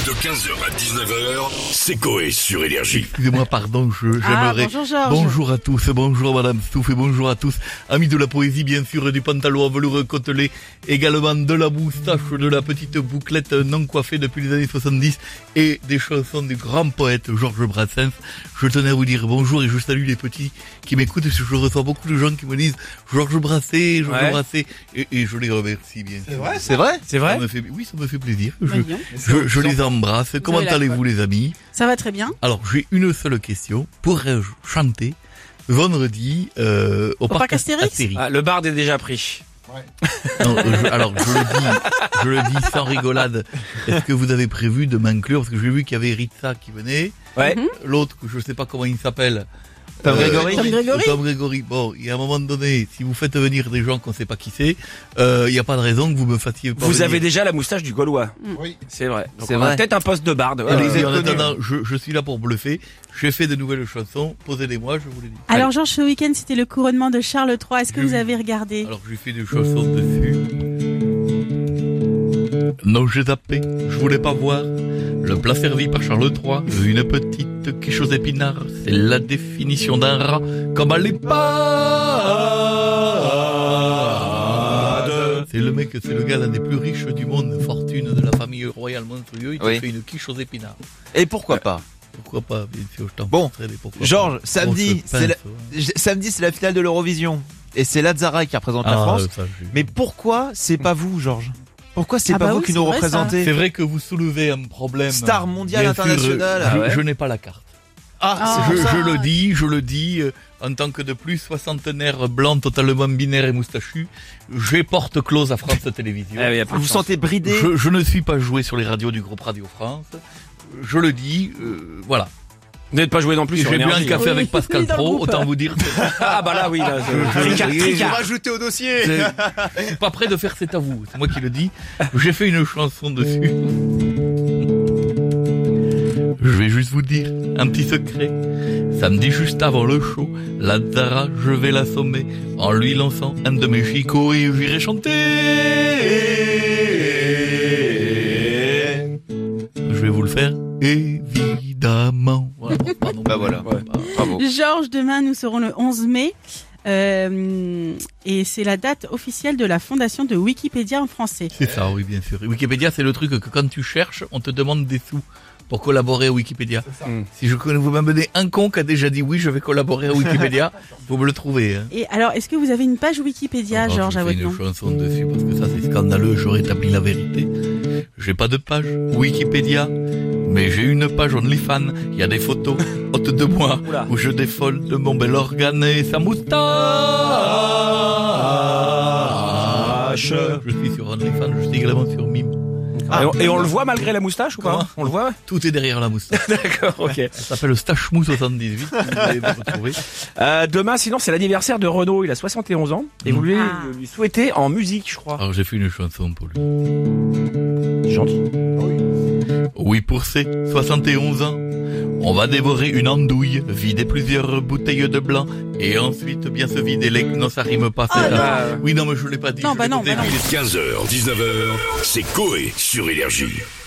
De 15h à 19h, c'est Coé sur Énergie. Excusez-moi, pardon, j'aimerais... bonjour Georges. Bonjour à tous, bonjour Madame Stouff et bonjour à tous. Amis de la poésie, bien sûr, du pantalon à velours côtelé, également de la moustache, de la petite bouclette non coiffée depuis les années 70 et des chansons du grand poète Georges Brassens. Je tenais à vous dire bonjour et je salue les petits qui m'écoutent parce que je reçois beaucoup de gens qui me disent Georges Brassens, Brassens, et je les remercie bien sûr. C'est vrai? Ça me fait plaisir. Je les embrasse. Comment allez-vous les amis? Ça va très bien. Alors j'ai une seule question. Pourrais-je chanter vendredi au parc Astérix? Ah, le barde est déjà pris. Non, je le dis sans rigolade. Est-ce que vous avez prévu de m'inclure? Parce que j'ai vu qu'il y avait Ritza qui venait. Ouais. L'autre, je sais pas comment il s'appelle. Tom Grégory. Tom Grégory. Bon, il y a un moment donné, si vous faites venir des gens qu'on sait pas qui c'est, il y a pas de raison que vous me fassiez pas Vous venir. avez déjà la moustache du Gaulois. Oui. C'est vrai. Donc C'est on a vrai. peut-être un poste de barde. Ouais, Allez, vous êtes en connu. attendant, je suis là pour bluffer. J'ai fait de nouvelles chansons. Posez-les-moi, je vous les dis. Alors Georges, ce week-end c'était le couronnement de Charles III. Est-ce que vous avez regardé? Alors j'ai fait des chansons dessus. Non, j'ai zappé, je voulais pas voir le plat servi par Charles III. Une petite quiche aux épinards, c'est la définition d'un rat, comme à l'EHPAD. C'est le mec, c'est le gars l'un des plus riches du monde, fortune de la famille royale monstrueuse, il te Oui. fait une quiche aux épinards. Et pourquoi pas? Pourquoi pas, bien sûr, je t'en Bon, montrerai des pourquoi Georges, pas. samedi, Grosse c'est la... pince, samedi, c'est la finale de l'Eurovision. Et c'est Lazara qui représente la France. ça, j'ai- Mais pourquoi c'est pas vous, Georges? Pourquoi c'est Ah pas bah vous oui, qui c'est nous vrai, ça. représentez? C'est vrai que vous soulevez un problème. Star mondiale, Bien sûr, internationale. Ah ouais. je n'ai pas la carte. Ah, c'est Je, pour ça. je le dis, en tant que de plus soixantenaire blanc, totalement binaire et moustachu, j'ai porte close à France Télévisions. Ah oui, y a pas de vous vous chance. sentez bridé? Je ne suis pas joué sur les radios du groupe Radio France. Je le dis, voilà. Vous n'êtes pas joué non plus Et sur j'ai bu un Énergie. café Oui, avec Pascal oui, dans le Pro, groupe. autant vous dire, Ah bah là oui, là. Tricard. Rajouté au dossier. je suis pas prêt de faire c'est à vous. C'est moi qui le dis. J'ai fait une chanson dessus. Je vais juste vous dire un petit secret. Samedi juste avant le show, Lazara, je vais l'assommer en lui lançant un de mes chicots et j'irai chanter. Je vais vous le faire, évidemment. Voilà, bon, pardon. Bah voilà. Ouais. Bravo. Georges, demain nous serons le 11 mai. Et c'est la date officielle de la fondation de Wikipédia en français. C'est ça, oui, bien sûr. Et Wikipédia, c'est le truc que quand tu cherches, on te demande des sous pour collaborer à Wikipédia. Si je connais, vous m'amenez un con qui a déjà dit oui, je vais collaborer à Wikipédia, vous me le trouvez. Hein. Et alors, est-ce que vous avez une page Wikipédia, Alors, Georges, je à fais votre nom? une chanson dessus parce que ça c'est scandaleux, je rétablis la vérité. J'ai pas de page Wikipédia, mais j'ai une page OnlyFans. Il y a des photos hautes de moi Oula. où je défolle de mon bel organe et sa moustache. Je suis sur OnlyFans, je suis également sur Mime. Et on le voit malgré la moustache ou pas? Comment On le voit? Tout est derrière la moustache. D'accord, ok. Ça s'appelle Stachmou 78, vous allez me retrouver. Demain, sinon, c'est l'anniversaire de Renaud. Il a 71 ans. Et vous lui souhaitez en musique, je crois. Alors j'ai fait une chanson pour lui. Gentil. Oui, pour ses 71 ans, on va dévorer une andouille, vider plusieurs bouteilles de blanc, et ensuite bien se vider les... Non, ça rime pas, c'est ça. Oui, non, mais je l'ai pas dit. Non, je bah l'ai non, posé, bah non. puis il est- 15h, 19h, c'est Coé sur Énergie.